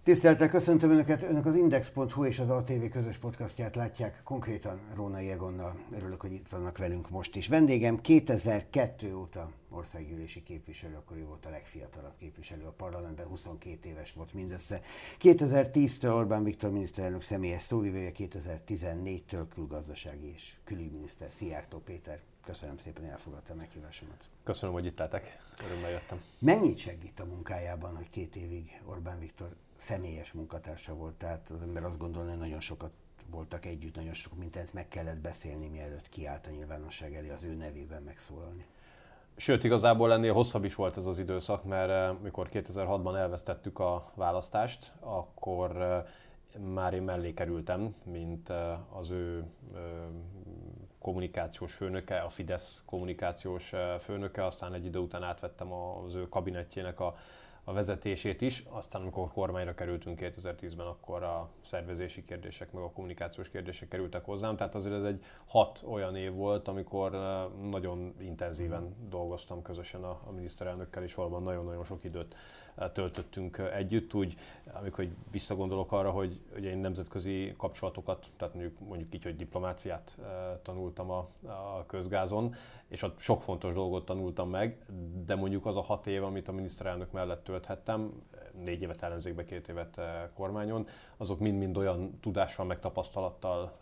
Tisztelettel köszöntöm Önöket, Önök az Index.hu és az ATV közös podcastját látják, konkrétan Rónai Egonnal. Örülök, hogy itt vannak velünk most is. Vendégem 2002 óta országgyűlési képviselő, akkor ő volt a legfiatalabb képviselő a parlamentben, 22 éves volt mindössze. 2010-től Orbán Viktor miniszterelnök személyes szóvivője, 2014-től külgazdasági és külügyminiszter Szijjártó Péter. Köszönöm szépen, hogy elfogadta a meghívásomat. Köszönöm, hogy itt lehetek. Örömmel jöttem. Mennyit segít a munkájában, hogy 2 évig Orbán Viktor személyes munkatársa volt? Tehát az ember azt gondolja, hogy nagyon sokat voltak együtt, nagyon sok mindent meg kellett beszélni, mielőtt kiállt a nyilvánosság elé az ő nevében megszólalni. Sőt, igazából ennél hosszabb is volt ez az időszak, mert mikor 2006-ban elvesztettük a választást, akkor már én mellé kerültem, mint az ő kommunikációs főnöke, a Fidesz kommunikációs főnöke, aztán egy idő után átvettem az ő kabinettjének a vezetését is, aztán amikor kormányra kerültünk 2010-ben, akkor a szervezési kérdések meg a kommunikációs kérdések kerültek hozzám, tehát azért ez egy 6 olyan év volt, amikor nagyon intenzíven dolgoztam közösen a miniszterelnökkel, és valóban nagyon-nagyon sok időt töltöttünk együtt, úgy, amikor visszagondolok arra, hogy én nemzetközi kapcsolatokat, tehát mondjuk így, hogy diplomáciát tanultam a közgázon, és ott sok fontos dolgot tanultam meg, de mondjuk az a 6 év, amit a miniszterelnök mellett tölthettem, 4 évet ellenzékbe, 2 évet kormányon, azok mind-mind olyan tudással, meg tapasztalattal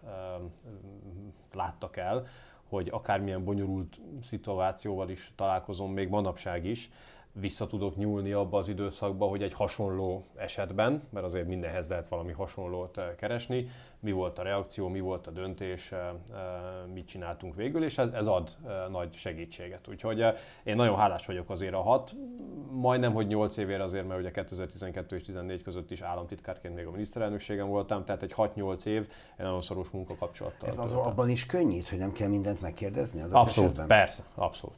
láttak el, hogy akármilyen bonyolult szituációval is találkozom, még manapság is, vissza tudok nyúlni abba az időszakba, hogy egy hasonló esetben, mert azért mindenhez lehet valami hasonlót keresni, mi volt a reakció, mi volt a döntés, mit csináltunk végül, és ez ad nagy segítséget. Úgyhogy én nagyon hálás vagyok azért a 6, majdnem, hogy 8 évére azért, mert ugye 2012 és 2014 között is államtitkárként még a miniszterelnökségen voltam, tehát egy 6-8 év egy nagyon szoros munkakapcsolattal. Ez abban is könnyít, hogy nem kell mindent megkérdezni? Abszolút, esetben? Persze, abszolút.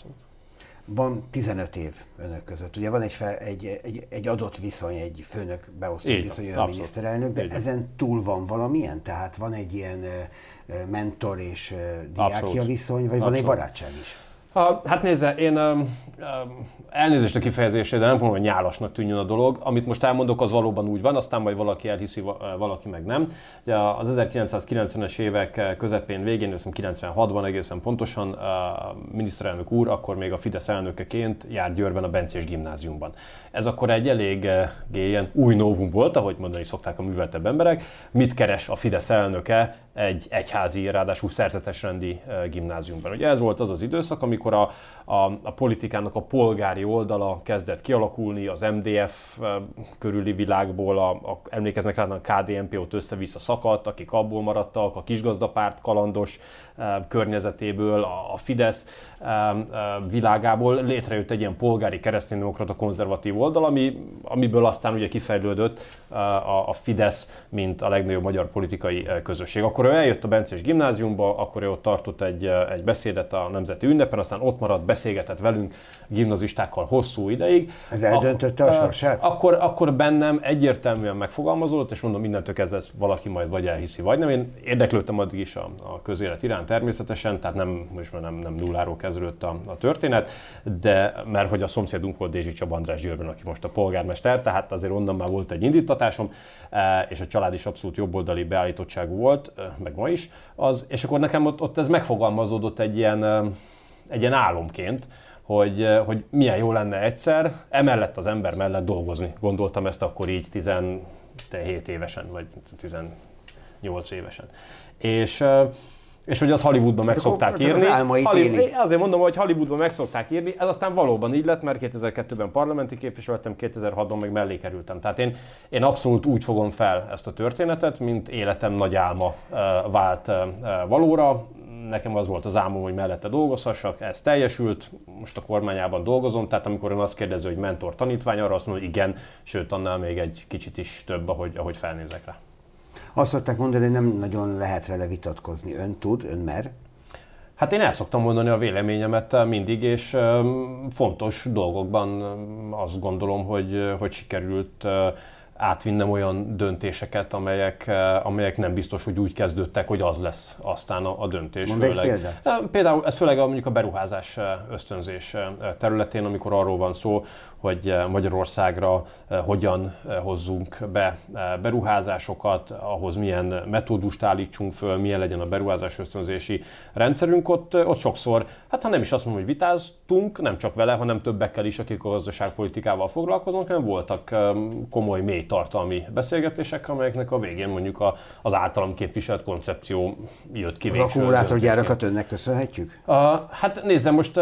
Van 15 év önök között. Ugye van egy adott viszony, egy főnök beosztott viszony, a miniszterelnök, de ezen túl van valamilyen? Tehát van egy ilyen mentor és diákja viszony, vagy van egy barátság is? Hát nézze, én elnézést a kifejezésre, de nem mondom, hogy nyálasnak tűnjön a dolog. Amit most elmondok, az valóban úgy van, aztán majd valaki elhiszi, valaki meg nem. Ugye az 1990-es évek közepén, végén, 96-ban egészen pontosan, miniszterelnök úr akkor még a Fidesz elnökeként járt Győrben a Bencés gimnáziumban. Ez akkor egy elég ilyen új novum volt, ahogy mondani szokták a műveltebb emberek. Mit keres a Fidesz elnöke egy egyházi, ráadásul szerzetesrendi gimnáziumban? Ugye ez volt az az időszak, amikor a politikának a polgári oldala kezdett kialakulni, az MDF körüli világból, emlékeznek rá, a KDNP ott össze-vissza szakadt, akik abból maradtak, a kisgazdapárt kalandos környezetéből, a Fidesz világából létrejött egy ilyen polgári kereszténydemokrata konzervatív oldal, amiből aztán ugye kifejlődött a Fidesz, mint a legnagyobb magyar politikai közösség. Akkor ő eljött a Bencés gimnáziumba, akkor ő ott tartott egy beszédet a nemzeti ünnepen, aztán ott maradt, beszélgetett velünk gimnazistákkal hosszú ideig. Ez eldöntötte a sorsát? Akkor bennem egyértelműen megfogalmazódott, és mondom, mindentől kezdve ezt valaki majd vagy elhiszi, vagy nem. Én érdeklődtem addig is a közélet iránt természetesen, tehát nem nulláról kezdődött a történet, de mert hogy a szomszédunk volt Dézsi Csaba András Győrben, aki most a polgármester, tehát azért onnan már volt egy indítatásom, és a család is abszolút jobboldali beállítottságú volt, meg ma is, és akkor nekem ott ez megfogalmazódott egy ilyen álomként, hogy milyen jó lenne egyszer emellett az ember mellett dolgozni. Gondoltam ezt akkor így 17 évesen, vagy 18 évesen. És hogy az Hollywoodban meg szokták írni. Azért mondom, hogy Hollywoodban meg szokták írni, ez aztán valóban így lett, mert 2002-ben parlamenti képviselő lettem, 2006-ban meg mellé kerültem. Tehát én abszolút úgy fogom fel ezt a történetet, mint életem nagy álma vált valóra. Nekem az volt az álmom, hogy mellette dolgozhassak, ez teljesült, most a kormányában dolgozom, tehát amikor ön azt kérdezi, hogy mentor tanítvány, arra azt mondom, hogy igen, sőt annál még egy kicsit is több, ahogy felnézek rá. Azt szokták mondani, hogy nem nagyon lehet vele vitatkozni. Ön tud, ön mer? Hát én el szoktam mondani a véleményemet mindig, és fontos dolgokban azt gondolom, hogy sikerült átvinnem olyan döntéseket, amelyek nem biztos, hogy úgy kezdődtek, hogy az lesz aztán a döntés. Mondd egy példát. Például ez főleg mondjuk a beruházás ösztönzés területén, amikor arról van szó, hogy Magyarországra hogyan hozzunk be beruházásokat, ahhoz milyen metódust állítsunk föl, milyen legyen a beruházás ösztönzési rendszerünk, ott sokszor, hát ha nem is azt mondom, hogy vitáztunk, nem csak vele, hanem többekkel is, akik a gazdaságpolitikával foglalkoznak, hanem voltak komoly, mély tartalmi beszélgetések, amelyeknek a végén mondjuk az általam képviselt koncepció jött ki. Az akkumulátorgyárakat önnek köszönhetjük? Hát nézzem, most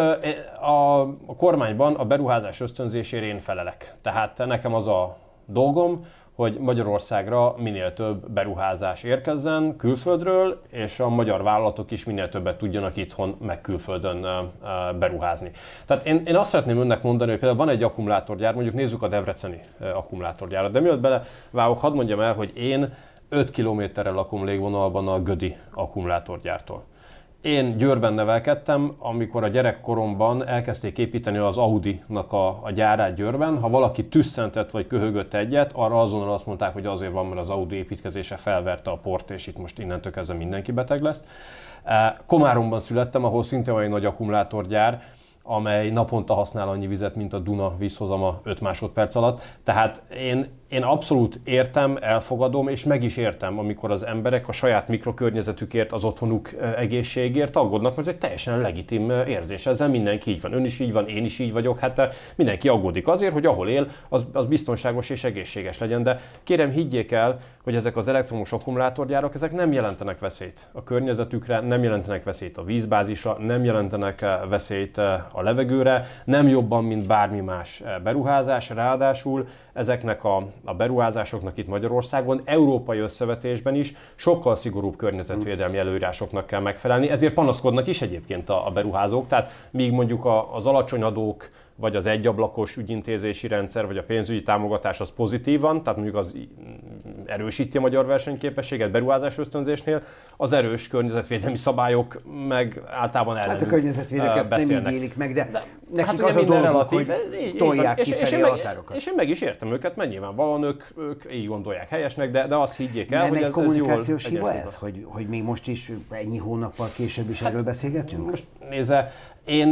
a kormányban a beruházás ösztönzésére én felelek. Tehát nekem az a dolgom, hogy Magyarországra minél több beruházás érkezzen külföldről, és a magyar vállalatok is minél többet tudjanak itthon meg külföldön beruházni. Tehát én azt szeretném önnek mondani, hogy például van egy akkumulátorgyár, mondjuk nézzük a debreceni akkumulátorgyárat, de mielőtt belevágok, hadd mondjam el, hogy én 5 kilométerrel lakom légvonalban a Gödi akkumulátorgyártól. Én Győrben nevelkedtem, amikor a gyerekkoromban elkezdték építeni az Audi-nak a gyárát Győrben. Ha valaki tüsszentett vagy köhögött egyet, arra azonnal azt mondták, hogy azért van, mert az Audi építkezése felverte a port, és itt most innentől kezdve mindenki beteg lesz. Komáromban születtem, ahol szintén van egy nagy akkumulátorgyár, amely naponta használ annyi vizet, mint a Duna vízhozama 5 másodperc alatt. Tehát én abszolút értem, elfogadom, és meg is értem, amikor az emberek a saját mikrokörnyezetükért, az otthonuk egészségért aggódnak, mert ez egy teljesen legitim érzés. Ezzel mindenki így van, ön is így van, én is így vagyok, hát mindenki aggódik azért, hogy ahol él, az biztonságos és egészséges legyen. De kérem, higgyék el, hogy ezek az elektromos akkumulátorgyárak, ezek nem jelentenek veszélyt a környezetükre, nem jelentenek veszélyt a vízbázisra, nem jelentenek veszélyt a levegőre, nem jobban, mint bármi más beruházás, ráadásul ezeknek a beruházásoknak itt Magyarországon, európai összevetésben is sokkal szigorúbb környezetvédelmi előírásoknak kell megfelelni, ezért panaszkodnak is egyébként a beruházók, tehát míg mondjuk az alacsony adók, vagy az egyablakos ügyintézési rendszer, vagy a pénzügyi támogatás az pozitívan, tehát mondjuk az erősíti a magyar versenyképességet beruházás ösztönzésnél, az erős környezetvédelmi szabályok meg általában ellenük Hát a környezetvédők ezt nem így élik meg, de nekik hát az a dolguk, relatív, hogy tolják kifelé a határokat. És én meg is értem őket, mert nyilvánvalóan ők így gondolják helyesnek, de azt higgyék el, nem hogy egy ez kommunikációs jól hiba ez, hogy még most is ennyi hónappal később is erről beszélgetünk? Most nézze, én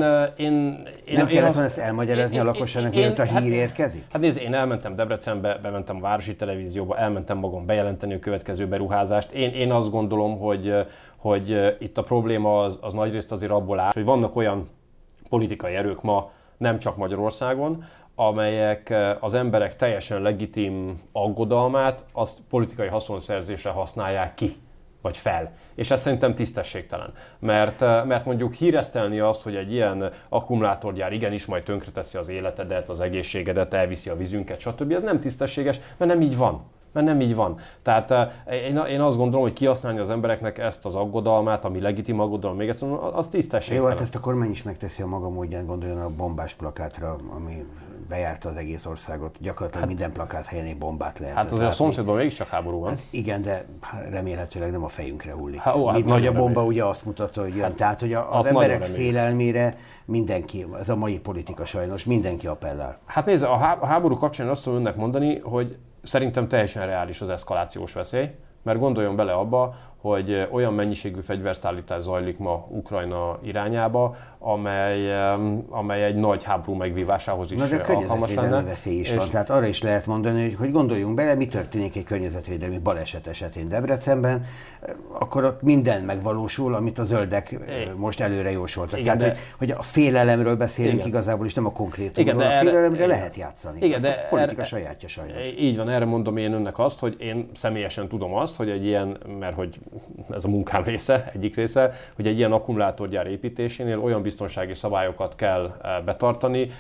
nem kellett volna ezt elmagyarázni a lakosságnak, mielőtt a hír érkezik? Hát nézd, én elmentem Debrecenbe, bementem a Városi Televízióba, elmentem magam bejelenteni a következő beruházást. Én azt gondolom, hogy itt a probléma az nagyrészt azért abból áll, hogy vannak olyan politikai erők ma, nem csak Magyarországon, amelyek az emberek teljesen legitim aggodalmát azt politikai haszonszerzésre használják ki, vagy fel. És ez szerintem tisztességtelen. Mert mondjuk híresztelni azt, hogy egy ilyen akkumulátorgyár igenis majd tönkreteszi az életedet, az egészségedet, elviszi a vízünket, stb. Ez nem tisztességes, mert nem így van. Mert nem így van. Tehát én azt gondolom, hogy kihasználni az embereknek ezt az aggodalmát, ami legitim aggodalom, még egyszer, az tisztességtelen. Jó, hát ezt a kormány is megteszi a maga módján, gondoljon a bombás plakátra, ami bejárta az egész országot. Gyakorlatilag minden plakát helyén egy bombát lehet. Hát azért a szomszédban mégiscsak háború van. Hát igen, de remélhetőleg nem a fejünkre hullik. Hát nagy a bomba ugye azt mutatta, hogy jön. Tehát, hogy az emberek félelmére mindenki, ez a mai politika sajnos, mindenki appellál. Hát nézd, a háború kapcsán azt tudom önnek mondani, hogy szerintem teljesen reális az eszkalációs veszély, mert gondoljon bele abba, hogy olyan mennyiségű fegyverszállítás zajlik ma Ukrajna irányába, amely egy nagy háború megvívásához is alkalmas lenne. De környezetvédelmi veszély is van, tehát arra is lehet mondani, hogy gondoljunk bele, mi történik egy környezetvédelmi baleset esetén Debrecenben, akkor ott minden megvalósul, amit a zöldek most előre jósoltak. Igen, tehát, hogy a félelemről beszélünk igen. Igazából, és nem a konkrétumról. A félelemre lehet játszani. Igen, de a politika sajátja sajnos. Így van, erre mondom én önnek azt, hogy én személyesen tudom azt, hogy egy ilyen, mert hogy ez a munkám része, egyik része, hogy egy ilyen akkumulátorgyár építésénél olyan biztonsági szabályokat kell betartani,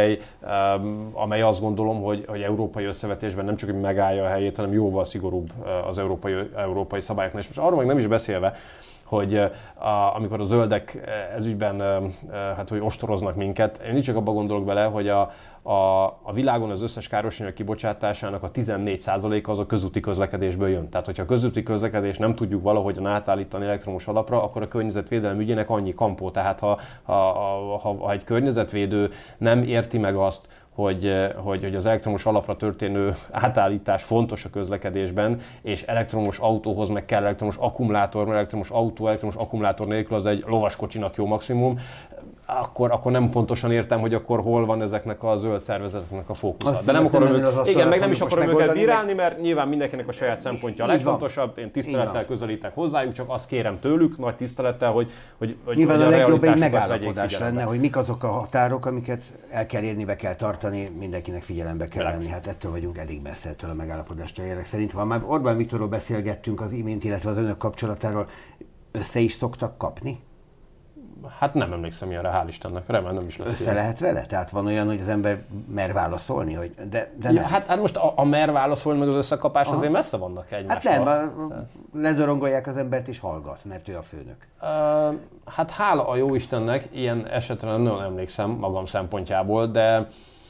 amely azt gondolom, hogy európai összevetésben nem csak megállja a helyét, hanem jóval szigorúbb az európai szabályoknál. És most arról meg nem is beszélve, hogy amikor a zöldek ezügyben hát, hogy ostoroznak minket, én csak abban gondolok bele, hogy a világon az összes károsanyag kibocsátásának a 14%-a az a közúti közlekedésből jön. Tehát, hogyha a közúti közlekedés nem tudjuk valahogyan átállítani elektromos alapra, akkor a környezetvédelem ügyének annyi kampó. Tehát, ha egy környezetvédő nem érti meg azt, hogy az elektromos alapra történő átállítás fontos a közlekedésben, és elektromos autóhoz meg kell elektromos akkumulátor, mert elektromos autó, elektromos akkumulátor nélkül az egy lovaskocsinak jó maximum, akkor nem pontosan értem, hogy akkor hol van ezeknek a zöld szervezeteknek a fókusza. De nem akarom nem is akarom őket bírálni, mert nyilván mindenkinek a saját szempontja a legfontosabb. Én tisztelettel közelítek hozzájuk, csak azt kérem tőlük, nagy tisztelettel, hogy nyilván a legjobb egy megállapodás lenne, hogy mik azok a határok, amiket el kell érni, be kell tartani, mindenkinek figyelembe kell venni. Hát ettől vagyunk elég messze ettől a megállapodástól jelek szerint. Ha már Orbán Viktorról beszélgettünk az imént, illetve az önök kapcsolatáról, össze is szoktak kapni? Hát nem emlékszem ilyenre, hál' Istennek, remélem nem is lesz. Össze lehet vele? Tehát van olyan, hogy az ember mer válaszolni, hogy de nem. Ja, hát most a mer válaszolni meg az összekapás azért messze vannak egymástól. Hát nem, ledorongolják az embert és hallgat, mert ő a főnök. Hát hála a jó Istennek, ilyen esetre nem nagyon emlékszem magam szempontjából, de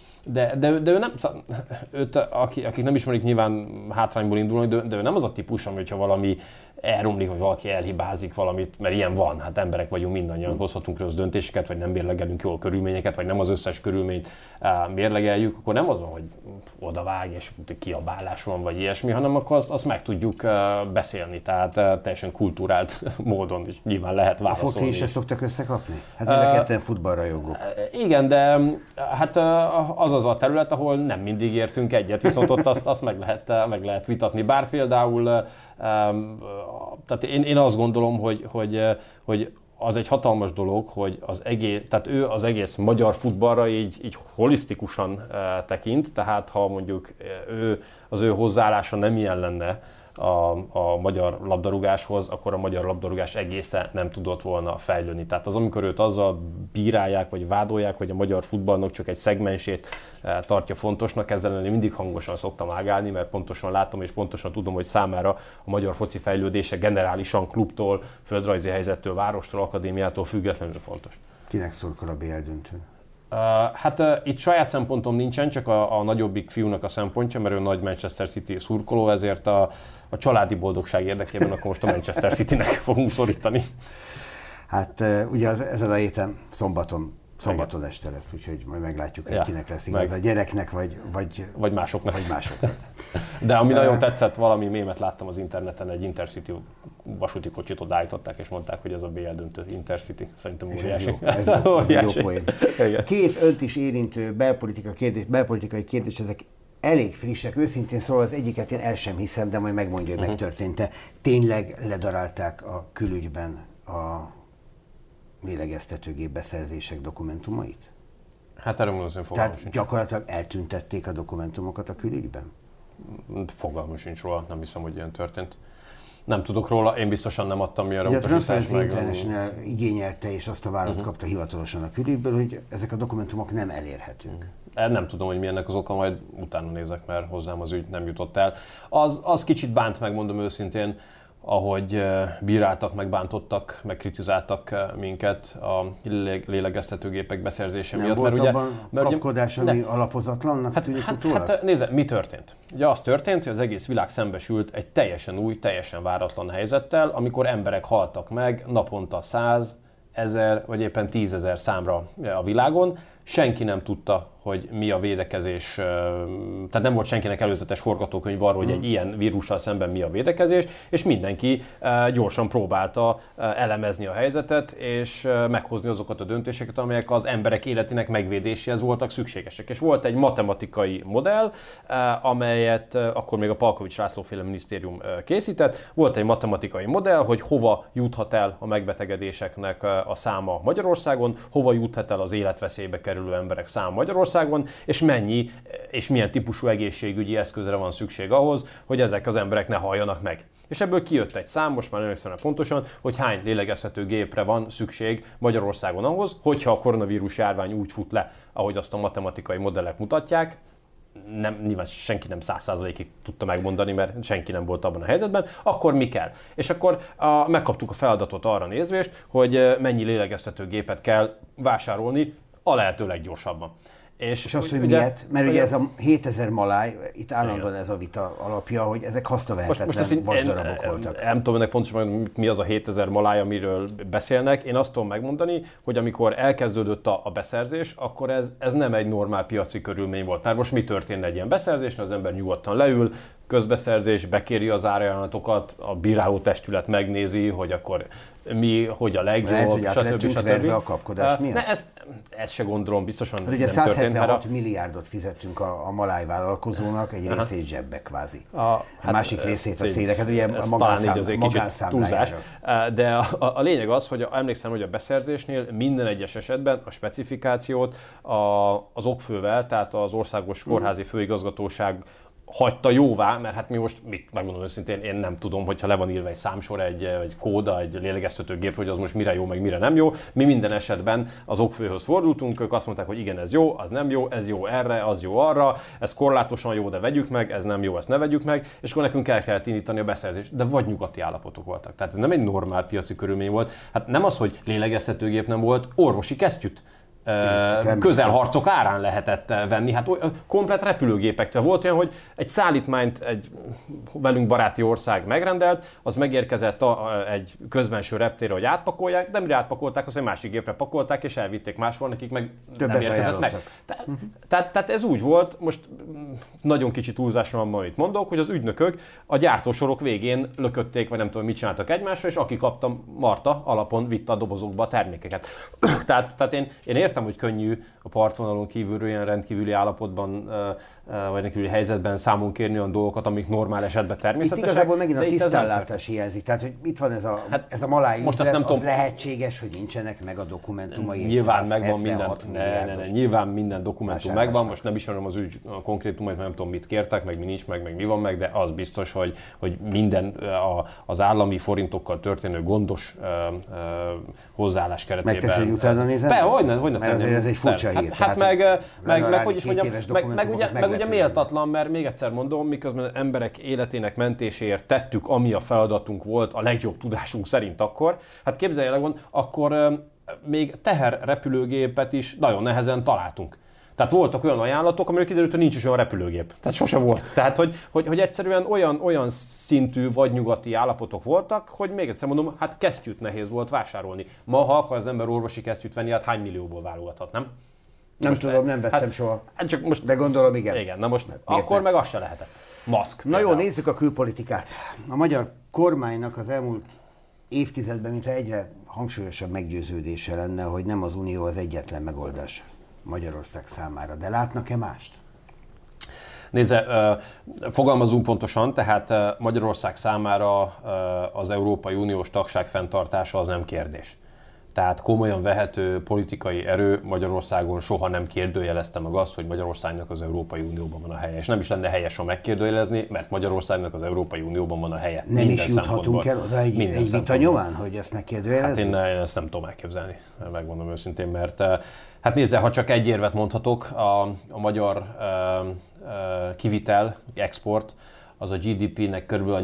ő nem, akik nem ismerik, nyilván hátrányból indulnak, de ő nem az a típus, ami, hogyha valami elromlik, vagy valaki elhibázik valamit, mert ilyen van, hát emberek vagyunk, mindannyian hozhatunk rossz döntéseket, vagy nem mérlegelünk jól körülményeket, vagy nem az összes körülményt mérlegeljük, akkor nem az van, hogy odavág és kiabálás van, vagy ilyesmi, hanem akkor azt meg tudjuk beszélni, tehát teljesen kulturált módon is nyilván lehet válaszolni. A foci is ezt szoktak összekapni? Hát mind a ketten futballrajongók. Igen, de hát az a terület, ahol nem mindig értünk egyet, viszont ott azt meg lehet vitatni. Bár például tehát én azt gondolom, hogy az egy hatalmas dolog, hogy tehát ő az egész magyar futballra így holisztikusan tekint, tehát ha mondjuk az ő hozzáállása nem ilyen lenne a magyar labdarúgáshoz, akkor a magyar labdarúgás egészen nem tudott volna fejlődni. Tehát az, amikor őt azzal bírálják, vagy vádolják, hogy a magyar futballnak csak egy szegmensét tartja fontosnak, ezzel én mindig hangosan szoktam ágálni, mert pontosan látom és pontosan tudom, hogy számára a magyar foci fejlődése generálisan klubtól, földrajzi helyzettől, várostól, akadémiától függetlenül fontos. Kinek szurkol a BL döntőn? Hát itt saját szempontom nincsen, csak a nagyobbik fiúnak a szempontja, mert ő nagy Manchester City szurkoló, ezért a családi boldogság érdekében akkor most a Manchester Citynek fogunk szorítani. Hát ugye ezen a héten szombaton este lesz, úgyhogy majd meglátjuk, hogy kinek lesz igaz, a gyereknek vagy másoknak. Vagy másoknak. De ami nagyon tetszett, valami mémet láttam az interneten, egy Intercity vasúti kocsit odaállították, és mondták, hogy ez a BL döntő Intercity. Szerintem óriási. Ez jó poén. Két önt is érintő belpolitikai kérdés, ezek elég frissek. Őszintén szólva az egyiket én el sem hiszem, de majd megmondja, hogy megtörtént-e. Tényleg ledarálták a külügyben a lélegeztetőgép beszerzések dokumentumait? Hát erről mondom, fogalmam sincs. Gyakorlatilag eltüntették a dokumentumokat a külügyben? Fogalmam sincs róla, nem hiszem, hogy ilyen történt. Nem tudok róla, én biztosan nem adtam ilyenre utasítást. De a Transparency International igényelte, és azt a választ kapta hivatalosan a külügyből, hogy ezek a dokumentumok nem elérhetők. Nem tudom, hogy mi ennek az oka, majd utána nézek, mert hozzám az ügy nem jutott el. Az kicsit bánt, megmondom őszintén, ahogy bíráltak, megbántottak, megkritizáltak minket a lélegeztetőgépek beszerzése miatt. Nem volt abban kapkodás, ami alapozatlannak tűnik utólag? Hát nézd, mi történt? Ugye az történt, hogy az egész világ szembesült egy teljesen új, teljesen váratlan helyzettel, amikor emberek haltak meg naponta 100, 1000 vagy éppen 10 000 számra a világon. Senki nem tudta, hogy mi a védekezés, tehát nem volt senkinek előzetes forgatókönyv arról, hogy egy ilyen vírussal szemben mi a védekezés, és mindenki gyorsan próbálta elemezni a helyzetet, és meghozni azokat a döntéseket, amelyek az emberek életének megvédéséhez voltak szükségesek. És volt egy matematikai modell, amelyet akkor még a Palkovics László féle minisztérium készített. Volt egy matematikai modell, hogy hova juthat el a megbetegedéseknek a száma Magyarországon, hova juthat el az életveszélybe kerülő emberek száma Magyarországon, és mennyi és milyen típusú egészségügyi eszközre van szükség ahhoz, hogy ezek az emberek ne halljanak meg. És ebből kijött egy szám, most már nem emlékszem pontosan, hogy hány lélegeztető gépre van szükség Magyarországon ahhoz, hogyha a koronavírus járvány úgy fut le, ahogy azt a matematikai modellek mutatják. Nyilván senki nem 100%-ig tudta megmondani, mert senki nem volt abban a helyzetben, akkor mi kell? És akkor megkaptuk a feladatot arra nézvést, hogy mennyi lélegeztető gépet kell vásárolni a lehető leggyorsabban. És azt, hogy miért? Mert ugye ez a 7000 maláj, itt állandóan ez a vita alapja, hogy ezek hasznavehetetlen vasdarabok voltak. Nem tudom ennek pontosan, mi az a 7000 maláj, amiről beszélnek. Én azt tudom megmondani, hogy amikor elkezdődött a beszerzés, akkor ez nem egy normál piaci körülmény volt. Mert most mi történne egy ilyen beszerzésnél? Az ember nyugodtan leül, közbeszerzés, bekéri az árajánlatokat, a bírálótestület megnézi, hogy akkor mi, hogy a legjobb, lehet, hogy át lettünk verve a kapkodás miatt? Ezt se gondolom, biztosan hát ugye 176 milliárdot fizettünk a maláj vállalkozónak, egy részét zsebbe kvázi. A másik részét a cégeket, ugye a magánszámlájára. De a lényeg az, hogy emlékszem, hogy a beszerzésnél minden egyes esetben a specifikációt az okfővel, tehát az Országos Kórházi Főigazgatóság hagyta jóvá, mert hát mi most, megmondom őszintén, én nem tudom, hogyha le van írva egy számsor, egy kóda, egy lélegeztetőgép, hogy az most mire jó, meg mire nem jó. Mi minden esetben az okfőhöz fordultunk, ők azt mondták, hogy igen, ez jó, az nem jó, ez jó erre, az jó arra, ez korlátosan jó, de vegyük meg, ez nem jó, ezt ne vegyük meg, és akkor nekünk el kellett indítani a beszerzést. De vagy nyugati állapotok voltak. Tehát ez nem egy normál piaci körülmény volt. Hát nem az, hogy lélegeztetőgép nem volt, orvosi kesztyűt közelharcok árán lehetett venni, hát komplett repülőgépektől. Volt olyan, hogy egy szállítmányt egy velünk baráti ország megrendelt, az megérkezett egy közbenső reptérre, hogy átpakolják, de mire átpakolták, azt egy másik gépre pakolták, és elvitték máshol, nekik meg nem érkezett meg. Tehát ez úgy volt, most nagyon kicsi túlzásra van, amit mondok, hogy az ügynökök a gyártósorok végén lökötték, vagy nem tudom, mit csináltak egymásra, és aki kapta, marta alapon vitte a dobozokba a termékeket. tehát én értem, hogy könnyű a partvonalon kívülről ilyen rendkívüli állapotban, vagy rendkívüli helyzetben számon kérni olyan dolgokat, amik normál esetben természetesek. Itt igazából megint a tisztánlátás hiányzik. Tehát, hogy itt van ez a maláj üzlet, az lehetséges, hogy nincsenek meg a dokumentumai. Nyilván megvan minden, nyilván minden dokumentum megvan. Most nem ismerem az ügy konkrétumait, mert nem tudom, mit kértek, meg mi nincs meg mi van meg, de az biztos, hogy minden az állami forintokkal történő gondos hozzáállás keretében. Megteszi, hogy utána nézem? Hogyne mert azért ez egy furcsa hír. Hát meg hogy is mondjam, meg ugye méltatlan, mert még egyszer mondom, miközben emberek életének mentéséért tettük, ami a feladatunk volt a legjobb tudásunk szerint akkor, hát képzelj el, akkor még teherrepülőgépet is nagyon nehezen találtunk. Tehát voltak olyan ajánlatok, amiről kiderült, hogy nincs is olyan repülőgép. Tehát sose volt. Tehát, hogy egyszerűen olyan szintű vagy nyugati állapotok voltak, hogy még egyszer mondom, hát kesztyűt nehéz volt vásárolni. Ma, ha akar az ember orvosi kesztyűt venni, hát hány millióból válogathat, nem? Nem tudom, nem vettem soha. Csak most, de gondolom, igen. Igen, na most akkor meg az se lehetett. Maszk. Na jó, nézzük a külpolitikát. A magyar kormánynak az elmúlt évtizedben, mintha egyre hangsúlyosabb meggyőződése lenne, hogy nem az Unió az egyetlen megoldás Magyarország számára. De látnak-e mást? Nézze, fogalmazunk pontosan, tehát Magyarország számára az Európai Uniós tagság fenntartása az nem kérdés. Tehát komolyan vehető politikai erő Magyarországon soha nem kérdőjelezte meg azt, hogy Magyarországnak az Európai Unióban van a helye. És nem is lenne helyes, ha megkérdőjelezni, mert Magyarországnak az Európai Unióban van a helye. Nem is juthatunk el oda egy vita nyomán, hogy ezt megkérdőjelezzük? Hát én ezt nem tudom elképzelni, megmondom őszintén, mert hát nézze, ha csak egy érvet mondhatok, a magyar kivitel, export, az a GDP-nek kb. A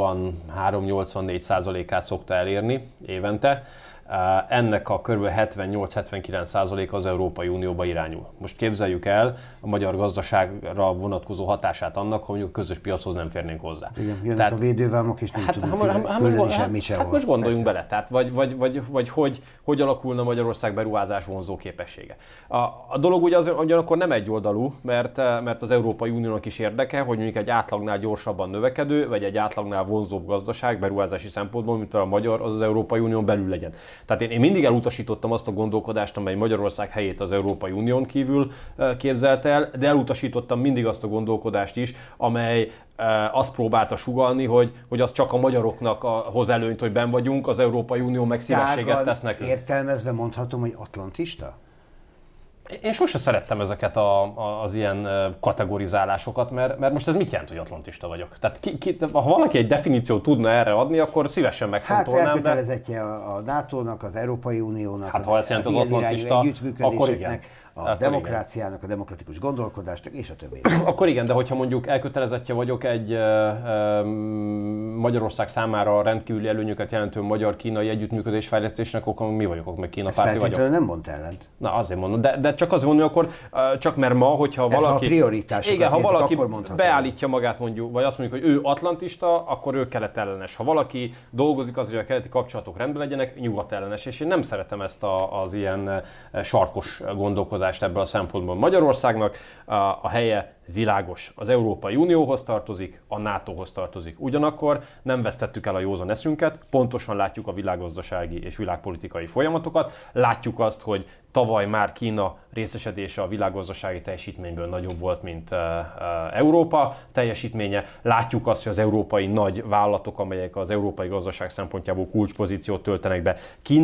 83-84%-át szokta elérni évente. Ennek a kb. 78-79% az Európai Unióba irányul. Most képzeljük el a magyar gazdaságra vonatkozó hatását annak, hogy mondjuk közös piachoz nem férnénk hozzá. Igen, jönnek a védővámok, és nem tudunk küldeni semmit sehol. Hát most gondoljunk bele, tehát vagy hogy alakulna Magyarország beruházás vonzó képessége. A dolog ugyanakkor nem egyoldalú, mert az Európai Uniónak is érdeke, hogy mondjuk egy átlagnál gyorsabban növekedő, vagy egy átlagnál vonzóbb gazdaság beruházási szempontból, mint a magyar, az Európai Unión belül legyen. Tehát én mindig elutasítottam azt a gondolkodást, amely Magyarország helyét az Európai Unión kívül képzelte el, de elutasítottam mindig azt a gondolkodást is, amely azt próbálta sugallni, hogy az csak a magyaroknak hoz előnyt, hogy benn vagyunk, az Európai Unió meg szívességet tesz nekünk. Értelmezve mondhatom, hogy atlantista? Én sose szerettem ezeket az ilyen kategorizálásokat, mert most ez mit jelent, hogy atlantista vagyok? Tehát ha valaki egy definíciót tudna erre adni, akkor szívesen megfontolnám. Hát elkötelezettje a NATO-nak, az Európai Uniónak, hát, az ilyen atlantista, együttműködéseknek, a demokráciának, a demokratikus gondolkodásnak, és a többi. Akkor igen, de hogyha mondjuk elkötelezettje vagyok egy Magyarország számára rendkívüli előnyöket jelentő magyar-kínai együttműködés fejlesztésnek, akkor mi vagyok, meg Kína párti vagyok. Nem mond ellent. Na azért mondom, de csak azt gondolom, akkor csak mert ma, hogyha ez valaki... a prioritásokat igen, ha valaki beállítja el. magát mondjuk, vagy azt mondjuk, hogy ő atlantista, akkor ő keleten-ellenes. Ha valaki dolgozik azért, hogy a keleti kapcsolatok rendben legyenek, nyugat-ellenes. És én nem szeretem ezt az ilyen sarkos gondolkozást ebből a szempontból. Magyarországnak a helye világos. Az Európai Unióhoz tartozik, a NATO-hoz tartozik. Ugyanakkor nem vesztettük el a józan eszünket, pontosan látjuk a világgazdasági és világpolitikai folyamatokat, látjuk azt, hogy tavaly már Kína részesedése a világgazdasági teljesítményből nagyobb volt, mint Európa teljesítménye. Látjuk azt, hogy az európai nagy vállalatok, amelyek az európai gazdaság szempontjából kulcspozíciót töltenek be,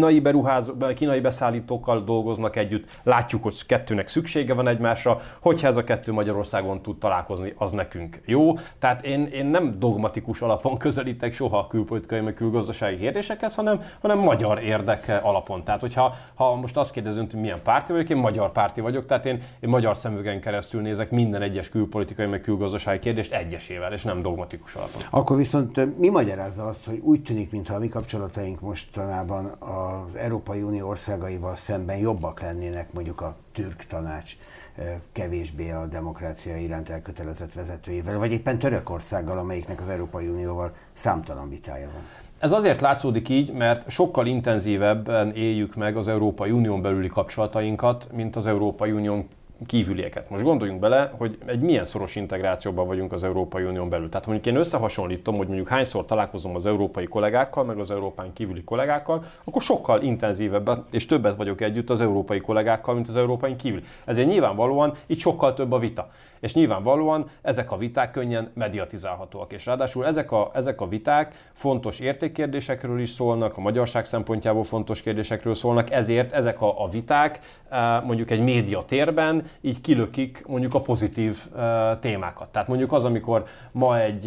kínai beszállítókkal dolgoznak együtt. Látjuk, hogy kettőnek szüksége van egymásra. Hogyha ez a kettő Magyarországon tud találkozni, az nekünk jó. Tehát én nem dogmatikus alapon közelítek soha a külpolitikai, meg külgazdasági kérdésekhez, hanem magyar érdek alapon. Tehát, hogyha most azt kérdezünk, hogy milyen párti vagyok, én magyar párti vagyok, tehát én magyar szemüvegen keresztül nézek minden egyes külpolitikai, meg külgazdasági kérdést egyesével, és nem dogmatikus alapon. Akkor viszont mi magyarázza azt, hogy úgy tűnik, mintha a mi kapcsolataink mostanában az Európai Unió országaival szemben jobbak lennének, mondjuk a Türk Tanács kevésbé a demokrácia iránt elkötelezett vezetőjével, vagy éppen Törökországgal, amelyiknek az Európai Unióval számtalan vitája van. Ez azért látszódik így, mert sokkal intenzívebben éljük meg az Európai Unión belüli kapcsolatainkat, mint az Európai Unión kívülieket. Most gondoljunk bele, hogy egy milyen szoros integrációban vagyunk az Európai Unión belül. Tehát mondjuk én összehasonlítom, hogy mondjuk hányszor találkozom az európai kollégákkal, meg az Európán kívüli kollégákkal, akkor sokkal intenzívebben és többet vagyok együtt az európai kollégákkal, mint az Európán kívül. Ezért nyilvánvalóan itt sokkal több a vita. És nyilvánvalóan ezek a viták könnyen mediatizálhatóak. És ráadásul ezek a viták fontos értékkérdésekről is szólnak, a magyarság szempontjából fontos kérdésekről szólnak, ezért ezek a viták mondjuk egy médiatérben így kilökik mondjuk a pozitív témákat. Tehát mondjuk az, amikor ma egy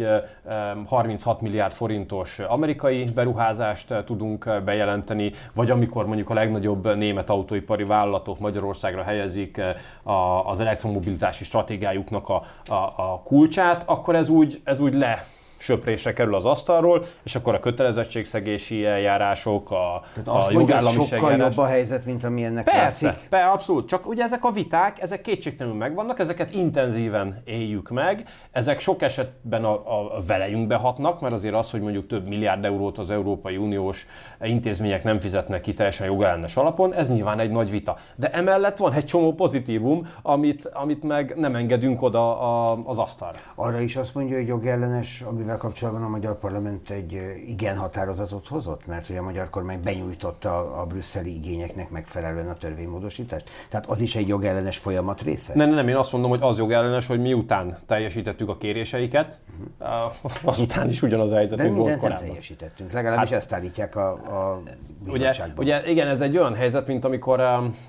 36 milliárd forintos amerikai beruházást tudunk bejelenteni, vagy amikor mondjuk a legnagyobb német autóipari vállalatok Magyarországra helyezik az elektromobilitási stratégiájuknak a kulcsát, akkor ez úgy söprésre kerül az asztalról, és akkor a kötelezettségszegési eljárások, a jogállamiság sokkal jobb a helyzet, mint amilyennek persze, látszik? Persze, abszolút. Csak ugye ezek a viták, ezek kétségtelenül megvannak, ezeket intenzíven éljük meg, ezek sok esetben a velejünkbe hatnak, mert azért az, hogy mondjuk több milliárd eurót az Európai Uniós intézmények nem fizetnek ki teljesen jogellenes alapon, ez nyilván egy nagy vita. De emellett van egy csomó pozitívum, amit meg nem engedünk oda az asztalra. Arra is azt mondja, hogy jogellenes, amivel kapcsolatban a magyar parlament egy igen határozatot hozott, mert hogy a magyar kormány benyújtotta a brüsszeli igényeknek megfelelően a törvénymódosítást. Tehát az is egy jogellenes folyamat része? Nem, én azt mondom, hogy az jogellenes, hogy miután teljesítettük a kéréseiket, azután is ugyanaz a helyzetünk volt korábban. De mindent nem teljesítettünk, legalábbis ezt állítják a bizottságban. Ugye igen, ez egy olyan helyzet, mint amikor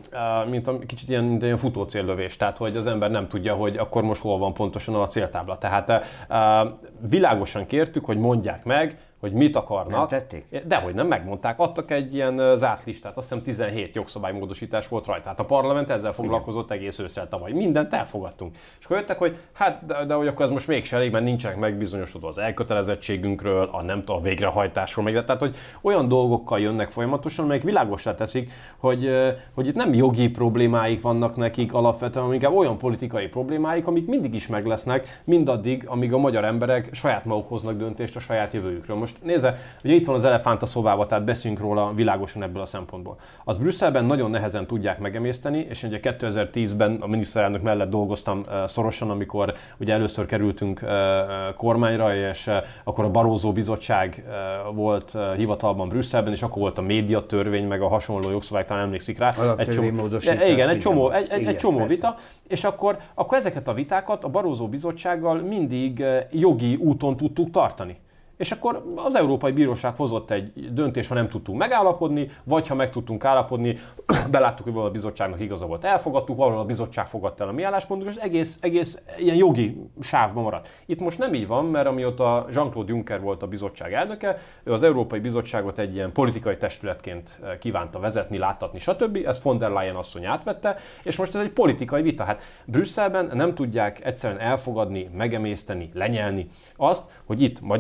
kicsit ilyen futócéllövés, tehát hogy az ember nem tudja, hogy akkor most hol van pontosan a céltábla. Tehát világosan kértük, hogy mondják meg, hogy mit akarnak. Nem tették? Dehogy nem, megmondták. Adtak egy ilyen zárt listát, azt hiszem 17 jogszabálymódosítás volt rajta. Hát a parlament ezzel foglalkozott egész ősszel tavaly. Mindent elfogadtunk. És akkor jöttek, hogy hát, de hogy akkor ez most mégse elég, mert nincsenek megbizonyosodva az elkötelezettségünkről, a végrehajtásról. Tehát, hogy olyan dolgokkal jönnek folyamatosan, amelyek világossá teszik, hogy itt nem jogi problémáik vannak nekik alapvetően, hanem inkább olyan politikai problémáik, amik mindig is meg lesznek, mindaddig, amíg a magyar emberek saját maguk hoznak döntést a saját jövőjükről. Most nézze, ugye itt van az elefánt a szobában, tehát beszéljünk róla világosan ebből a szempontból. Az Brüsszelben nagyon nehezen tudják megemészteni, és ugye 2010-ben a miniszterelnök mellett dolgoztam szorosan, amikor ugye először kerültünk kormányra, és akkor a Barroso bizottság volt hivatalban Brüsszelben, és akkor volt a médiatörvény, meg a hasonló jogszabály, talán emlékszik rá. Egy csomó vita, és akkor ezeket a vitákat a Barroso bizottsággal mindig jogi úton tudtuk tartani. És akkor az Európai Bíróság hozott egy döntést, ha nem tudtunk megállapodni, vagy ha meg tudtunk állapodni, beláttuk, hogy valahol a bizottságnak igaza volt, elfogadtuk, valahol a bizottság fogadta el a mi álláspontunk, és egész ilyen jogi sávban maradt. Itt most nem így van, mert amióta Jean-Claude Juncker volt a bizottság elnöke, ő az Európai Bizottságot egy ilyen politikai testületként kívánta vezetni, láttatni, stb. Ezt von der Leyen asszony átvette, és most ez egy politikai vita. Hát Brüsszelben nem tudják egyszerűen elfogadni, megemészteni, lenyelni azt, hogy itt Magyarországon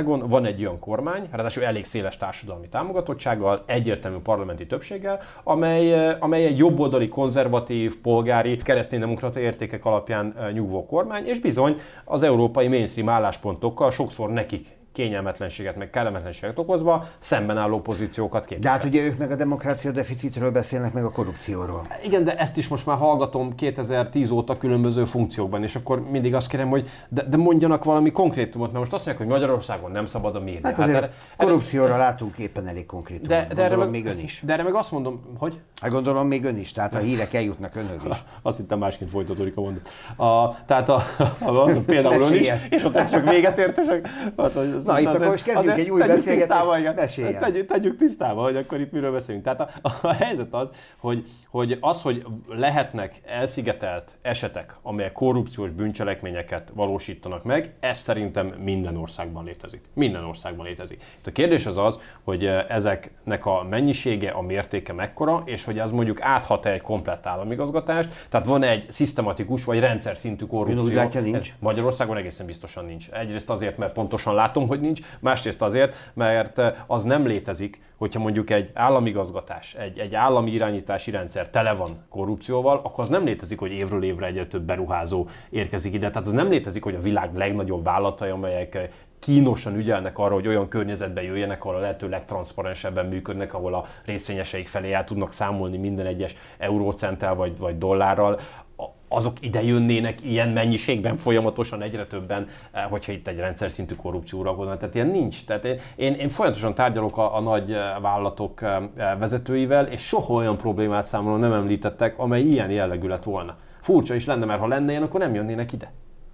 Magyarországon van egy olyan kormány, ráadásul elég széles társadalmi támogatottsággal, egyértelmű parlamenti többséggel, amely egy jobboldali, konzervatív, polgári, kereszténydemokrata értékek alapján nyugvó kormány, és bizony az európai mainstream álláspontokkal sokszor nekik kényelmetlenséget, meg kellemetlenséget okozva szemben álló pozíciókat képvisel. De hát ugye ők meg a demokrácia deficitről beszélnek, meg a korrupcióról. Igen, de ezt is most már hallgatom 2010 óta különböző funkciókban, és akkor mindig azt kérem, hogy de mondjanak valami konkrétumot, mert most azt mondják, hogy Magyarországon nem szabad a média. Hát azért korrupcióra látunk éppen elég konkrétumot, gondolom még ön is. De erre meg azt mondom, hogy? Hát gondolom még ön is, tehát a hírek eljutnak önhöz is. Azt hittem másként folytatódik a mondat. Tehát például ön is, és ott ez csak véget értesek. Na, itt akkor most kezdjünk egy új beszélgetést. Tegyük tisztába, hogy akkor itt miről beszélünk. Tehát a helyzet az, hogy lehetnek elszigetelt esetek, amelyek korrupciós bűncselekményeket valósítanak meg, ez szerintem minden országban létezik. Minden országban létezik. Itt a kérdés az, hogy ezeknek a mennyisége, a mértéke mekkora, és hogy ez mondjuk áthat-e egy komplett államigazgatást, tehát van egy szisztematikus vagy rendszer szintű korrupció. Ön úgy látja, nincs? Magyarországon egészen biztosan nincs. Egyrészt azért, mert pontosan látom, hogy nincs, másrészt azért, mert az nem létezik, hogyha mondjuk egy államigazgatás, egy állami irányítási rendszer tele van korrupcióval, akkor az nem létezik, hogy évről évre egyre több beruházó érkezik ide. Tehát az nem létezik, hogy a világ legnagyobb vállalatai, amelyek kínosan ügyelnek arra, hogy olyan környezetben jöjjenek, ahol a lehető legtranszparensebben működnek, ahol a részvényeseik felé el tudnak számolni minden egyes eurócenttel vagy dollárral, azok ide jönnének ilyen mennyiségben folyamatosan egyre többen, hogyha itt egy rendszer szintű korrupcióra gondolnak. Tehát ilyen nincs. Tehát én folyamatosan tárgyalok a nagy vállalatok vezetőivel, és soha olyan problémát számomra nem említettek, amely ilyen jellegű lett volna. Furcsa is lenne, mert ha lenne ilyen, akkor nem jönnének ide.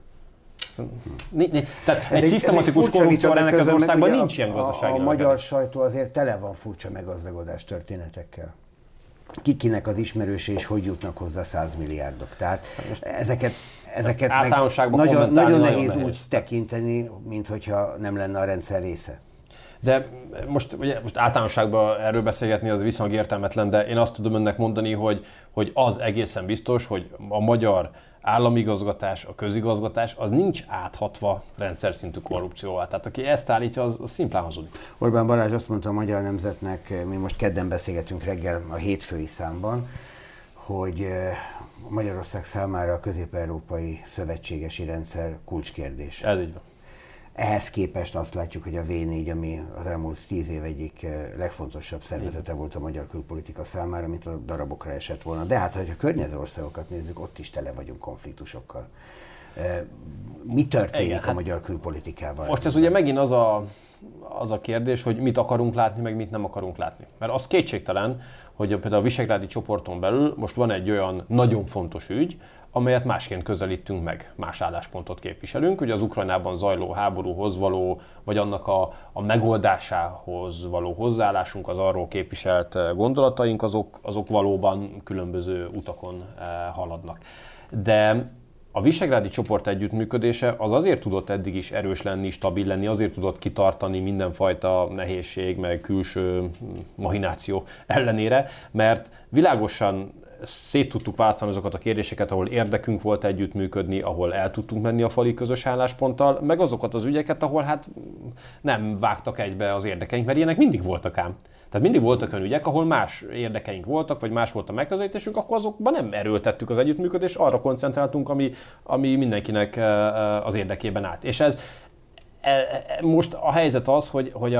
Tehát egy szisztematikus korrupció ennek az országban nincs ilyen gazdasági. A magyar sajtó azért tele van furcsa meggazdagodás történetekkel. Kikinek az ismerőse és hogy jutnak hozzá 100 milliárdok. Tehát ezeket meg nagyon nehéz úgy tekinteni, mint hogyha nem lenne a rendszer része. De most általánosságban erről beszélgetni az viszonylag értelmetlen, de én azt tudom önnek mondani, hogy az egészen biztos, hogy a magyar államigazgatás, a közigazgatás, az nincs áthatva rendszer szintű korrupcióval. Tehát aki ezt állítja, az szimplán hazudik. Orbán Balázs azt mondta a Magyar Nemzetnek, mi most kedden beszélgetünk reggel a hétfői számban, hogy Magyarország számára a közép-európai szövetségesi rendszer kulcskérdés. Ez így van. Ehhez képest azt látjuk, hogy a V4, ami az elmúlt 10 év egyik legfontosabb szervezete volt a magyar külpolitika számára, mint a darabokra esett volna. De hát, ha a környező országokat nézzük, ott is tele vagyunk konfliktusokkal. Mi történik a magyar külpolitikával? Most ez ugye megint az a kérdés, hogy mit akarunk látni, meg mit nem akarunk látni. Mert az kétségtelen, hogy például a Visegrádi csoporton belül most van egy olyan nagyon fontos ügy, amelyet másként közelítünk meg, más álláspontot képviselünk. Ugye az Ukrajnában zajló háborúhoz való, vagy annak a megoldásához való hozzáállásunk, az arról képviselt gondolataink, azok valóban különböző utakon haladnak. De a Visegrádi csoport együttműködése az azért tudott eddig is erős lenni, stabil lenni, azért tudott kitartani mindenfajta nehézség, meg külső mahináció ellenére, mert világosan szét tudtuk választani azokat a kérdéseket, ahol érdekünk volt együttműködni, ahol el tudtunk menni a fali közös állásponttal, meg azokat az ügyeket, ahol hát nem vágtak egybe az érdekeink, mert ilyenek mindig voltak ám. Tehát mindig voltak olyan ügyek, ahol más érdekeink voltak, vagy más volt a megközelítésünk, akkor azokban nem erőltettük az együttműködést, arra koncentráltunk, ami mindenkinek az érdekében állt. És most a helyzet az, hogy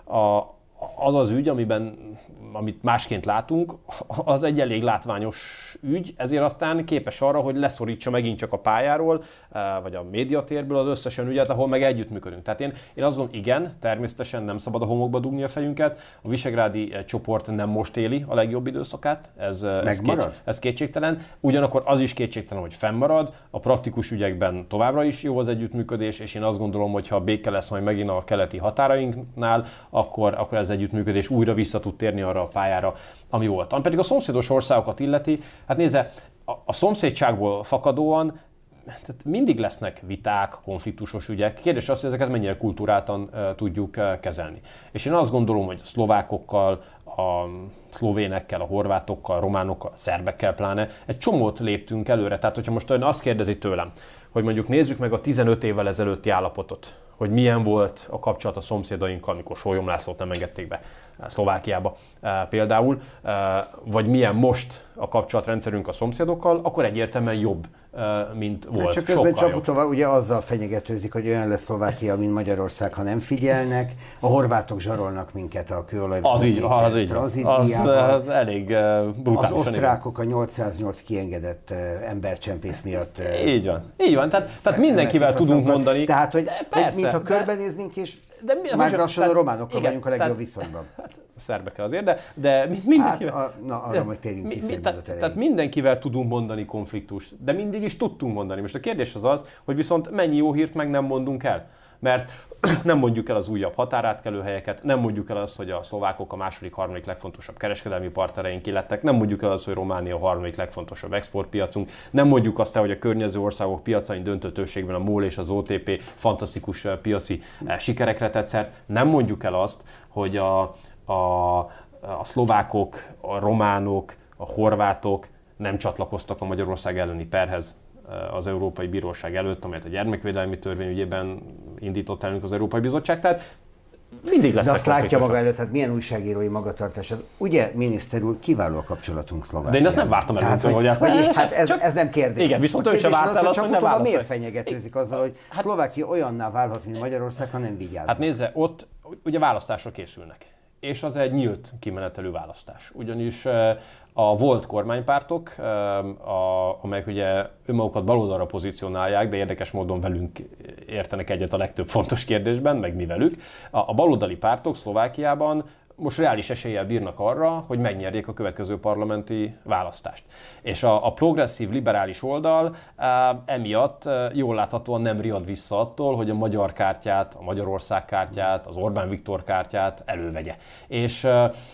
az ügy, amit másként látunk, az egy elég látványos ügy, ezért aztán képes arra, hogy leszorítsa megint csak a pályáról, vagy a médiatérből az összes olyan ügyet, ahol meg együttműködünk. Tehát én azt gondolom, igen, természetesen nem szabad a homokba dugni a fejünket. A Visegrádi csoport nem most éli a legjobb időszakát, ez kétségtelen. Ugyanakkor az is kétségtelen, hogy fennmarad, a praktikus ügyekben továbbra is jó az együttműködés, és én azt gondolom, hogy ha béke lesz majd megint a keleti határainknál, akkor ez együttműködés újra vissza tud térni arra a pályára, ami volt. Ami pedig a szomszédos országokat illeti, hát nézze, a szomszédságból fakadóan tehát mindig lesznek viták, konfliktusos ügyek. Kérdés az, hogy ezeket mennyire kulturáltan tudjuk kezelni. És én azt gondolom, hogy a szlovákokkal, a szlovénekkel, a horvátokkal, a románokkal, a szerbekkel pláne egy csomót léptünk előre. Tehát, hogyha most ön azt kérdezi tőlem, hogy mondjuk nézzük meg a 15 évvel ezelőtti állapotot, hogy milyen volt a kapcsolat a szomszédainkkal, amikor Sólyom Lászlót nem engedték be Szlovákiába például, vagy milyen most a kapcsolatrendszerünk a szomszédokkal, akkor egyértelműen jobb, mint volt. Csak közben Csaputova ugye azzal fenyegetőzik, hogy olyan lesz Szlovákia, mint Magyarország, ha nem figyelnek. A horvátok zsarolnak minket a kőolajvezetéket tranzitdíjával. Az elég brutális. Az osztrákok a 808 kiengedett embercsempész miatt. Így van. Tehát mindenkivel tudunk mondani. Tehát, hogy mintha körbenéznénk, és már lassan a románokkal vagyunk a legjobb viszonyban. A szerbekkel azért, de mindenkivel... arra majd térjünk vissza egy mondat elején. Tehát mindenkivel tudunk mondani konfliktust, de mindig is tudtunk mondani. Most a kérdés az, hogy viszont mennyi jó hírt meg nem mondunk el. Mert nem mondjuk el az újabb határátkelőhelyeket, nem mondjuk el azt, hogy a szlovákok a második, harmadik legfontosabb kereskedelmi partnereink lettek, nem mondjuk el azt, hogy Románia a harmadik legfontosabb exportpiacunk, nem mondjuk azt el, hogy a környező országok piacain döntő többségben a MOL és az OTP fantasztikus piaci sikerekre tett szert, nem mondjuk el azt, hogy a szlovákok, a románok, a horvátok nem csatlakoztak a Magyarország elleni perhez az Európai Bíróság előtt, amelyet a gyermekvédelmi törvény ügyében indított elnünk az Európai Bizottság. Tehát mindig lesz. De azt látja maga előtt, hát milyen újságírói magatartás az. Ugye, miniszter úr, kiváló a kapcsolatunk Szlovákiával. De én ezt nem vártam el, hogy ezt ez nem kérdés. Igen, viszont ő sem várt el azt, hogy ne válaszol. Miért fenyegetőzik azzal, hogy Szlovákia olyanná válhat, mint Magyarország, ha nem vigyáznak? Hát nézze, ott ugye választásra készülnek. És az egy nyílt kimenetelő választás. Ugyanis a volt kormánypártok, amelyek ugye önmagukat baloldalra pozícionálják, de érdekes módon velünk értenek egyet a legtöbb fontos kérdésben, meg mi velük. A baloldali pártok Szlovákiában most reális eséllyel bírnak arra, hogy megnyerjék a következő parlamenti választást. És a progresszív liberális oldal emiatt jól láthatóan nem riad vissza attól, hogy a magyar kártyát, a Magyarország kártyát, az Orbán Viktor kártyát elővegye. És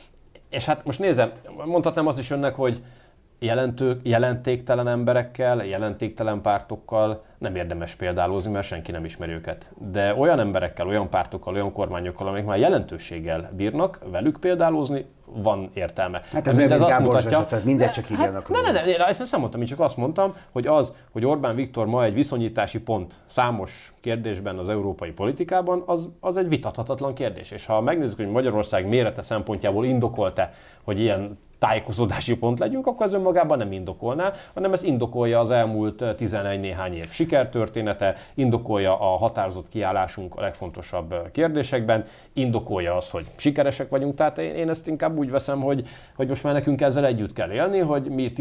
hát most nézem, mondhatnám azt is önnek, hogy jelentéktelen emberekkel, jelentéktelen pártokkal nem érdemes példálozni, mert senki nem ismeri őket. De olyan emberekkel, olyan pártokkal, olyan kormányokkal, amelyek már jelentőséggel bírnak, velük példálozni van értelme. Hát ez olyan, mint Gábor Zsazsa, tehát mindegy csak írjanak. Ezt nem mondtam, én csak azt mondtam, hogy Orbán Viktor ma egy viszonyítási pont számos kérdésben az európai politikában, az egy vitathatatlan kérdés. És ha megnézzük, hogy Magyarország mérete szempontjából indokolt-e, hogy ilyen tájékozódási pont legyünk, akkor ez önmagában nem indokolná, hanem ez indokolja az elmúlt 11 néhány év sikertörténete, indokolja a határozott kiállásunk a legfontosabb kérdésekben, indokolja az, hogy sikeresek vagyunk, tehát én ezt inkább úgy veszem, hogy most már nekünk ezzel együtt kell élni, hogy mi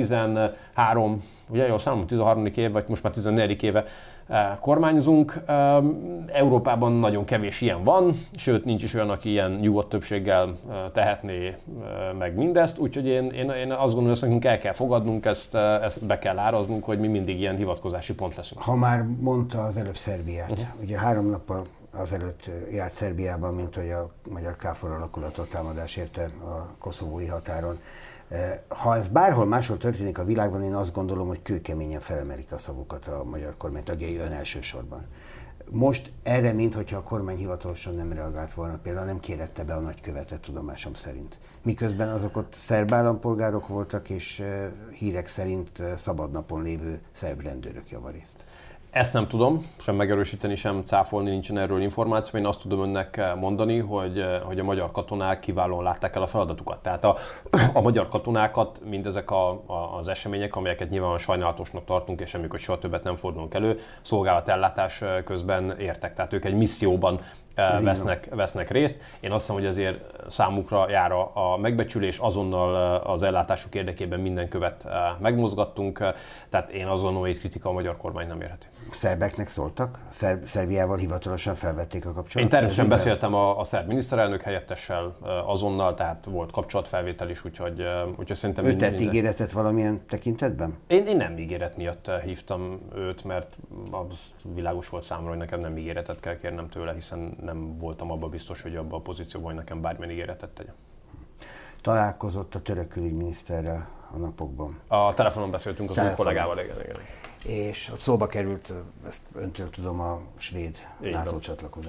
13, ugye jól számom, 13. év, vagy most már 14. éve kormányzunk. Európában nagyon kevés ilyen van, sőt nincs is olyan, aki ilyen nyugodt többséggel tehetné meg mindezt, úgyhogy én azt gondolom, hogy nekünk el kell fogadnunk, ezt be kell áraznunk, hogy mi mindig ilyen hivatkozási pont leszünk. Ha már mondta az előbb Szerbiát, ugye 3 nappal azelőtt járt Szerbiában, mint hogy a magyar KFOR alakulatot támadás érte a koszovói határon. Ha ez bárhol máshol történik a világban, én azt gondolom, hogy kőkeményen felemelik a szavukat a magyar kormány tagjai ön elsősorban. Most erre, minthogyha a kormány hivatalosan nem reagált volna, például nem kérette be a nagykövetet tudomásom szerint. Miközben azok ott szerb állampolgárok voltak, és hírek szerint szabadnapon lévő szerb rendőrök javarészt. Ezt nem tudom, sem megerősíteni, sem cáfolni, nincsen erről információ. Én azt tudom önnek mondani, hogy a magyar katonák kiválóan látták el a feladatukat. Tehát a magyar katonákat mindezek az események, amelyeket nyilván sajnálatosnak tartunk, és amikor soha többet nem fordulunk elő, szolgálatellátás közben értek. Tehát ők egy misszióban vesznek részt. Én azt hiszem, hogy ezért számukra jár a megbecsülés, azonnal az ellátásuk érdekében minden követ megmozgattunk, tehát én azt gondolom, hogy itt kritika a magyar kormány nem érhető. Szerbeknek szóltak? Szerbiával hivatalosan felvették a kapcsolatot? Én természetesen beszéltem a szerb miniszterelnök helyettessel azonnal, tehát volt kapcsolatfelvétel is, úgyhogy szerintem... Ő tett ígéretet valamilyen tekintetben? Én nem ígéret miatt hívtam őt, mert az világos volt számomra, hogy nekem nem ígéretet kell kérnem tőle, hiszen nem voltam abban biztos, hogy abban a pozícióban, hogy nekem bármilyen ígéretet tegyen. Találkozott a török külügyminiszterrel a napokban? A telefonon beszéltünk az új kollégával, igen. És ott szóba került, ezt öntől tudom, a svéd NATO csatlakozás.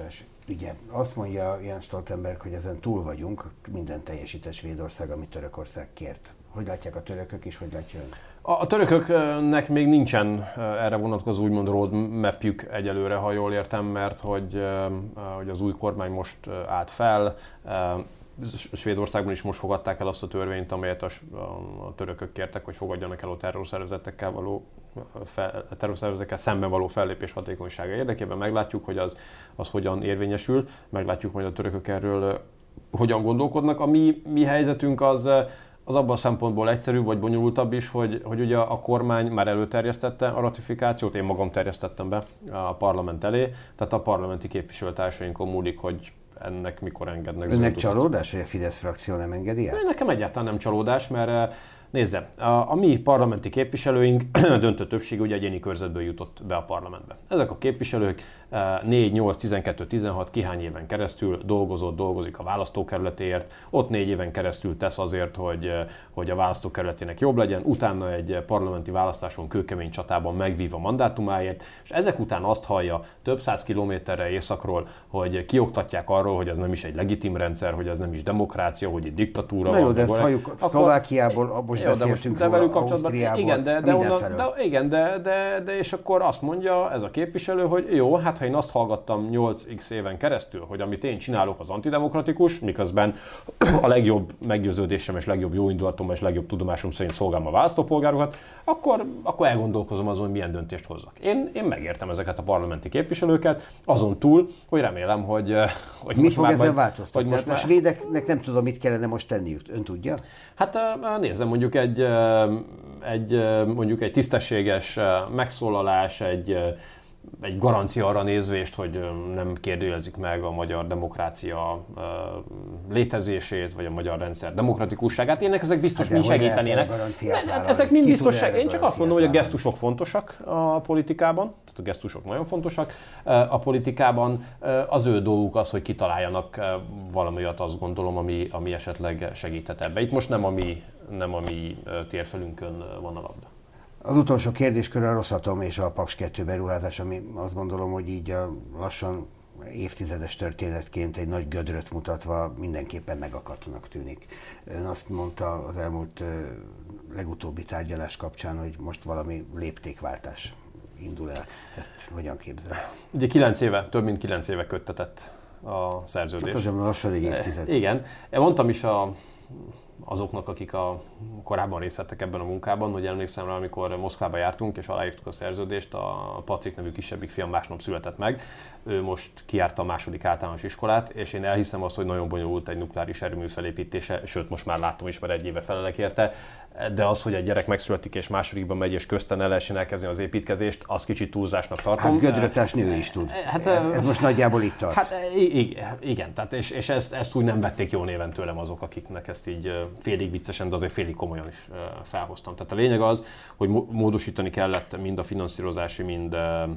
Ugye azt mondja Jens Stoltenberg, hogy ezen túl vagyunk, minden teljesített Svédország, amit Törökország kért. Hogy látják a törökök és hogy látja ön? A törököknek még nincsen erre vonatkozó úgymond roadmapjük egyelőre, ha jól értem, mert hogy az új kormány most állt fel. Svédországban is most fogadták el azt a törvényt, amelyet a törökök kértek, hogy fogadjanak el a terrorszervezetekkel szemben való fellépés hatékonysága érdekében. Meglátjuk, hogy az hogyan érvényesül, meglátjuk majd a törökök erről hogyan gondolkodnak. A mi helyzetünk az abban a szempontból egyszerűbb vagy bonyolultabb is, hogy ugye a kormány már előterjesztette a ratifikációt, én magam terjesztettem be a parlament elé, tehát a parlamenti képviselőtársainkon múlik, hogy ennek mikor engednek. Önnek csalódás, hogy a Fidesz frakció nem engedi át? Nekem egyáltalán nem csalódás, mert nézze, a mi parlamenti képviselőink döntő többsége ugye egyéni körzetből jutott be a parlamentbe. Ezek a képviselők 4, 8, 12, 16, kihány éven keresztül dolgozik a választókerületéért, ott 4 éven keresztül tesz azért, hogy a választókerületének jobb legyen, utána egy parlamenti választáson kőkemény csatában megvív a mandátumáért, és ezek után azt hallja több száz kilométerre északról, hogy kioktatják arról, hogy ez nem is egy legitim rendszer, hogy ez nem is demokrácia, hogy egy diktatúra. Na jó, de ezt halljuk Szlovákiából, most beszéltünk róla, Ausztriából, mindenfelől. Igen, de és akkor azt mondja ez a képviselő, hogy jó, hát ha én azt hallgattam 8x éven keresztül, hogy amit én csinálok az antidemokratikus, miközben a legjobb meggyőződésem és legjobb jóindulatom és legjobb tudomásom szerint szolgálom a választópolgárokat, akkor elgondolkozom azon, hogy milyen döntést hozzak. Én megértem ezeket a parlamenti képviselőket, azon túl, hogy remélem, hogy mit fog ezzel változtatni? A svédeknek nem tudom, mit kellene most tenniük. Ön tudja? Hát nézzem, mondjuk egy tisztességes megszólalás, egy garancia arra nézvést, hogy nem kérdőjelezik meg a magyar demokrácia létezését, vagy a magyar rendszer demokratikusságát. Ezek biztos mind segítenének. Ezek mind biztos segítenének. Én csak azt mondom, hogy a gesztusok fontosak a politikában, tehát a gesztusok nagyon fontosak a politikában. Az ő dolguk az, hogy kitaláljanak valami olyat, azt gondolom, ami esetleg segíthet ebbe. Itt most nem a mi térfelünkön van a labda. Az utolsó kérdéskör a Rosatom és a Paks 2 beruházás, ami azt gondolom, hogy így a lassan évtizedes történetként egy nagy gödröt mutatva mindenképpen megakadtnak tűnik. Ön azt mondta az elmúlt legutóbbi tárgyalás kapcsán, hogy most valami léptékváltás indul el. Ezt hogyan képzel? Ugye több mint 9 éve köttetett a szerződés. Hát az lassan egy évtized. Igen. Mondtam is azoknak, akik korábban részt vettek ebben a munkában, hogy emlékszem rá, amikor Moszkvába jártunk és aláírtuk a szerződést, a Patrik nevű kisebbik fiam másnap született meg. Ő most kijárta a második általános iskolát, és én elhiszem azt, hogy nagyon bonyolult egy nukleáris erőmű felépítése, sőt most már látom is, mert 1 éve felelek érte, de az, hogy egy gyerek megszületik és másodikban megy és közten el lehessen elkezdeni az építkezést, azt kicsit túlzásnak tartom. Hát gödrötás nő is tud. Ez most nagyjából itt tart. Hát igen, tehát és ezt úgy nem vették jó néven tőlem azok, akiknek ezt így félig viccesen, de azért félig komolyan is felhoztam. Tehát a lényeg az, hogy módosítani kellett mind a finanszírozási, mind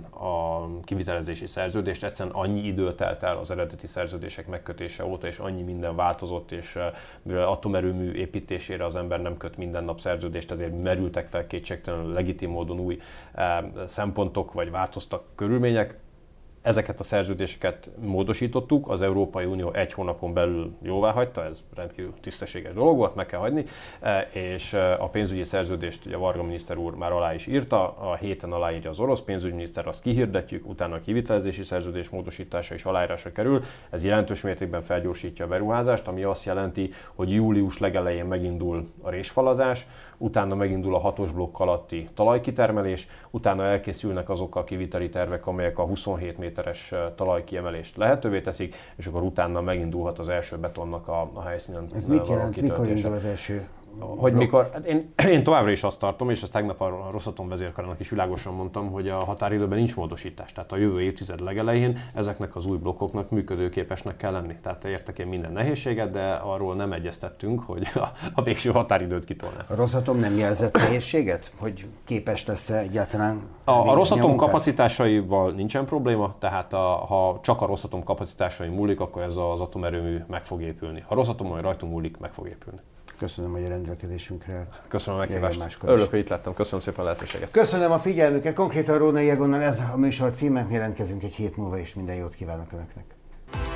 a kivitelezési szerződést. Egyszerűen annyi idő telt el az eredeti szerződések megkötése óta, és annyi minden változott, és mivel atomerőmű építésére az ember nem köt minden nap szerződést, ezért merültek fel kétségtelenül legitim módon új szempontok, vagy változtak körülmények. Ezeket a szerződéseket módosítottuk, az Európai Unió 1 hónapon belül jóváhagyta, ez rendkívül tisztességes dolog volt, meg kell hagyni, és a pénzügyi szerződést ugye Varga miniszter úr már alá is írta, a héten aláírja az orosz pénzügyminiszter, azt kihirdetjük, utána a kivitelezési szerződés módosítása és aláírásra kerül, ez jelentős mértékben felgyorsítja a beruházást, ami azt jelenti, hogy július legelején megindul a résfalazás, utána megindul a 6-os blokk alatti talajkitermelés, utána elkészülnek azok a kiviteli tervek, amelyek a 27 méteres talajkiemelést lehetővé teszik, és akkor utána megindulhat az első betonnak a helyszínen. Ez mit jelent? Mikor indul az első? Hogy mikor? Hát én továbbra is azt tartom, és ezt tegnap a Rosatom vezérkarának is világosan mondtam, hogy a határidőben nincs módosítás. Tehát a jövő évtized legelején ezeknek az új blokkoknak működőképesnek kell lenni. Tehát értek én minden nehézséget, de arról nem egyeztettünk, hogy a végső határidőt kitolná. A Rosatom nem jelzett nehézséget, hogy képes lesz egyáltalán? A Rosatom kapacitásaival nincsen probléma, tehát ha csak a Rosatom kapacitásai múlik, akkor ez az atomerőmű meg fog épülni. Ha Rosatomon rajtunk múlik, meg fog épülni. Köszönöm, hogy a rendelkezésünkre állt. Köszönöm a meghívást. Örülök, hogy itt lettem. Köszönöm szépen a lehetőséget. Köszönöm a figyelmüket. Konkrétan Rónai Egonnal ez a műsor címe. Jelentkezünk egy hét múlva, és minden jót kívánok Önöknek.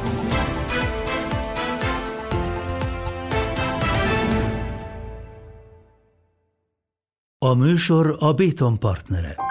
A műsor a Béton partnere.